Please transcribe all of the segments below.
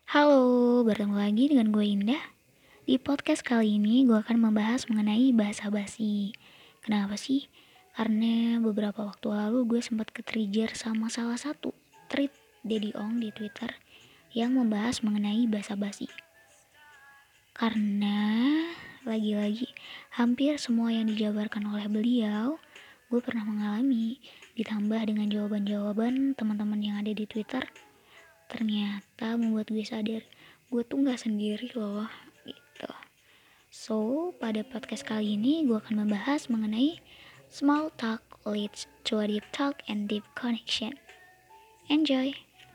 Halo, bertemu lagi dengan gue Indah. Di podcast kali ini gue akan membahas mengenai bahasa basi. Kenapa sih? Karena beberapa waktu lalu gue sempat ke-trigger sama salah satu tweet Daddy Ong di Twitter yang membahas mengenai bahasa basi. Karena lagi-lagi hampir semua yang dijabarkan oleh beliau gue pernah mengalami, ditambah dengan jawaban-jawaban teman-teman yang ada di Twitter, ternyata membuat gue sadar gue tuh gak sendiri loh gitu. So pada podcast kali ini gue akan membahas mengenai small talk leads to a deep talk and deep connection. Enjoy.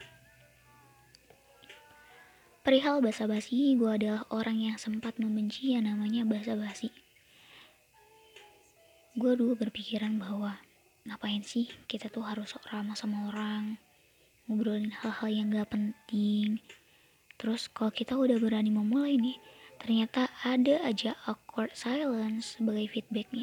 Perihal basa-basi, gue adalah orang yang sempat membenci yang namanya basa-basi. Gue dulu berpikiran bahwa ngapain sih kita tuh harus sok ramah sama orang, ngobrolin hal-hal yang gak penting. Terus kalau kita udah berani memulai nih, ternyata ada aja awkward silence sebagai feedbacknya.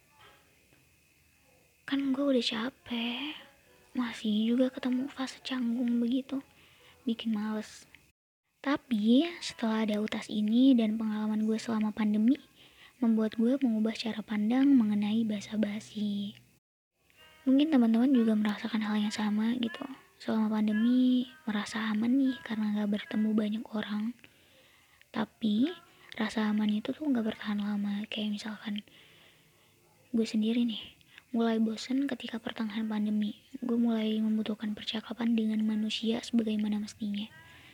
Kan gue udah capek, masih juga ketemu fase canggung begitu, bikin males. Tapi setelah ada utas ini dan pengalaman gue selama pandemi, membuat gue mengubah cara pandang mengenai basa-basi. Mungkin teman-teman juga merasakan hal yang sama gitu. Selama pandemi merasa aman nih karena gak bertemu banyak orang. Tapi rasa aman itu tuh gak bertahan lama. Kayak misalkan gue sendiri nih, mulai bosan ketika pertengahan pandemi. Gue mulai membutuhkan percakapan dengan manusia sebagaimana mestinya.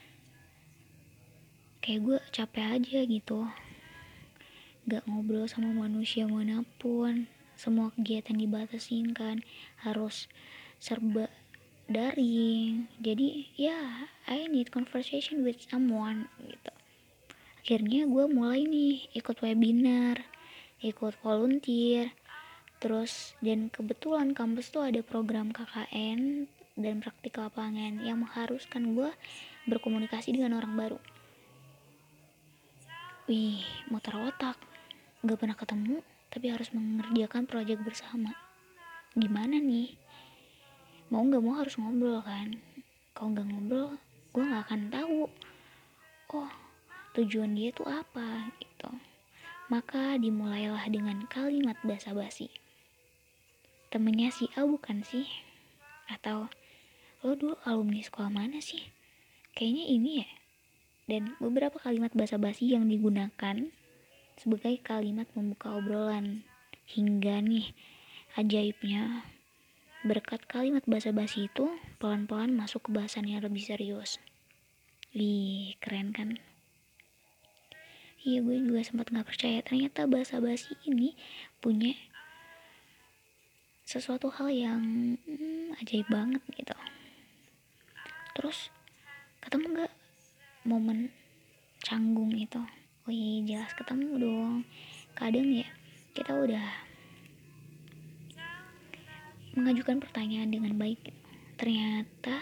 Kayak gue capek aja gitu, gak ngobrol sama manusia manapun. Semua kegiatan dibatasin kan, harus serba daring. Jadi ya, I need conversation with someone gitu. Akhirnya gue mulai nih ikut webinar, ikut volunteer. Terus dan kebetulan kampus tuh ada program KKN dan praktik lapangan yang mengharuskan gue berkomunikasi dengan orang baru. Wih, muter otak. Gak pernah ketemu, tapi harus mengerjakan proyek bersama. Gimana nih? Mau gak mau harus ngobrol kan? Kalau gak ngobrol, gue gak akan tahu. Oh, tujuan dia tuh apa gitu. Maka dimulailah dengan kalimat basa-basi. Temennya si A bukan sih? Atau lo dulu alumni sekolah mana sih? Kayaknya ini ya. Dan beberapa kalimat basa-basi yang digunakan sebagai kalimat membuka obrolan. Hingga nih, ajaibnya, berkat kalimat basa-basi itu pelan-pelan masuk ke bahasan yang lebih serius. Wih, keren kan? Iya, gue juga sempat gak percaya ternyata basa-basi ini punya sesuatu hal yang ajaib banget gitu. Terus ketemu gak momen canggung itu? Wih, jelas ketemu dong. Kadang ya kita udah mengajukan pertanyaan dengan baik, ternyata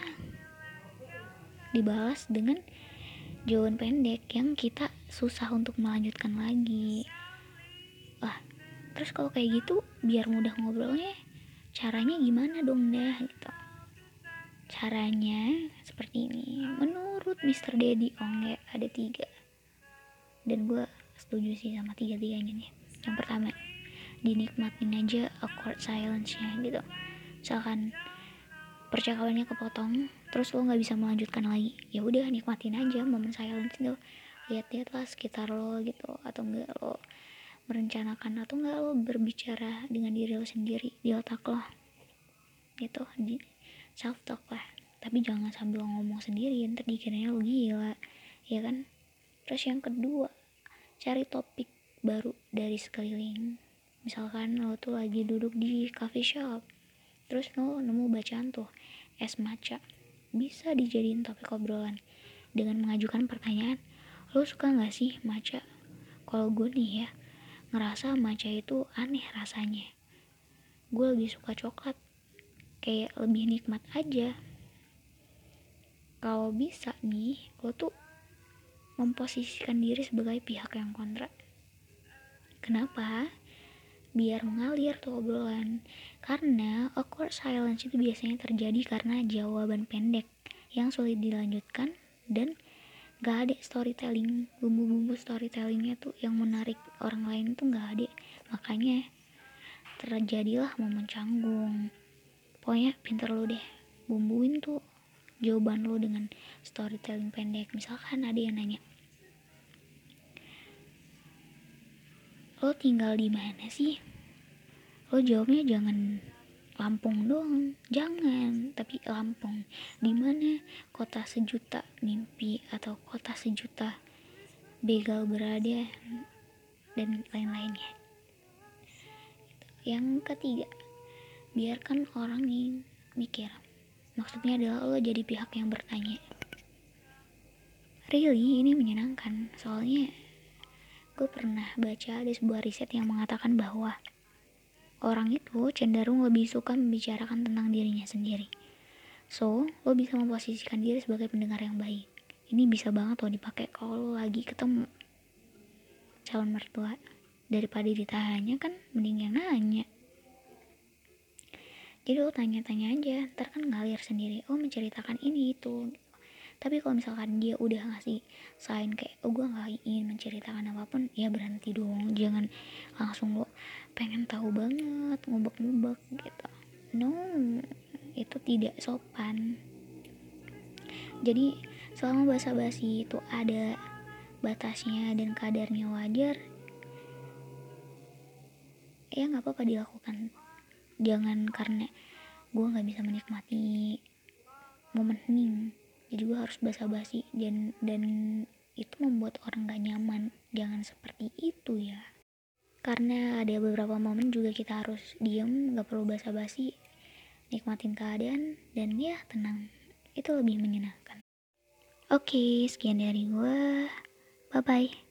dibalas dengan jawaban pendek yang kita susah untuk melanjutkan lagi. Wah, terus kalau kayak gitu biar mudah ngobrolnya, caranya gimana dong dah gitu. Caranya seperti ini. Menurut Mr. Daddy Ong ya, ada 3. Dan gue setuju sih sama 3-tiganya nih. Yang pertama, dinikmatin aja awkward silence-nya gitu. Misalkan percakapannya kepotong, terus lo nggak bisa melanjutkan lagi, ya udah nikmatin aja momen silence itu. Lihat-lihat lah sekitar lo gitu, atau enggak lo merencanakan, atau enggak lo berbicara dengan diri lo sendiri di otak lo gitu, di self talk lah. Tapi jangan sambil ngomong sendiri, ntar dikiranya lo gila, ya kan. Terus yang kedua, cari topik baru dari sekeliling. Misalkan lo tuh lagi duduk di coffee shop, terus lo nemu bacaan tuh es matcha, bisa dijadiin topik obrolan dengan mengajukan pertanyaan, lo suka gak sih matcha? Kalau gue nih ya, ngerasa matcha itu aneh rasanya. Gue lebih suka coklat, kayak lebih nikmat aja. Kalau bisa nih, lo tuh memposisikan diri sebagai pihak yang kontra. Kenapa? Biar mengalir tuh obrolan. Karena awkward silence itu biasanya terjadi karena jawaban pendek yang sulit dilanjutkan dan Gak ada storytelling, bumbu-bumbu storytellingnya tuh yang menarik orang lain tuh gak ada. Makanya terjadilah momen canggung. Pokoknya pinter lo deh, bumbuin tuh jawaban lo dengan storytelling pendek. Misalkan ada yang nanya, lo tinggal di mana sih? Lo jawabnya jangan Lampung doang, jangan, tapi Lampung. Di mana kota sejuta mimpi atau kota sejuta begal berada dan lain-lainnya. Yang ketiga, biarkan orang yang mikir. Maksudnya adalah lo jadi pihak yang bertanya. Really, ini menyenangkan. Soalnya gue pernah baca ada sebuah riset yang mengatakan bahwa orang itu cenderung lebih suka membicarakan tentang dirinya sendiri. So, lo bisa memposisikan diri sebagai pendengar yang baik. Ini bisa banget lo dipakai kalau lo lagi ketemu calon mertua. Daripada ditanya kan, mending yang nanya. Jadi lo tanya-tanya aja, ntar kan ngalir sendiri. Oh, menceritakan ini itu. Tapi kalau misalkan dia udah ngasih sign kayak, oh gue gak ingin menceritakan apapun, ya berhenti dong. Jangan langsung lo pengen tahu banget, ngubek-ngubek gitu. No, itu tidak sopan. Jadi selama basa-basi itu ada batasnya dan kadarnya wajar, ya gak apa-apa dilakukan. Jangan karena gue gak bisa menikmati momen hening jadi gue harus basa-basi dan itu membuat orang gak nyaman. Jangan seperti itu ya, karena ada beberapa momen juga kita harus diem, gak perlu basa-basi, nikmatin keadaan dan ya tenang, itu lebih menyenangkan. Oke, sekian dari gue, bye bye.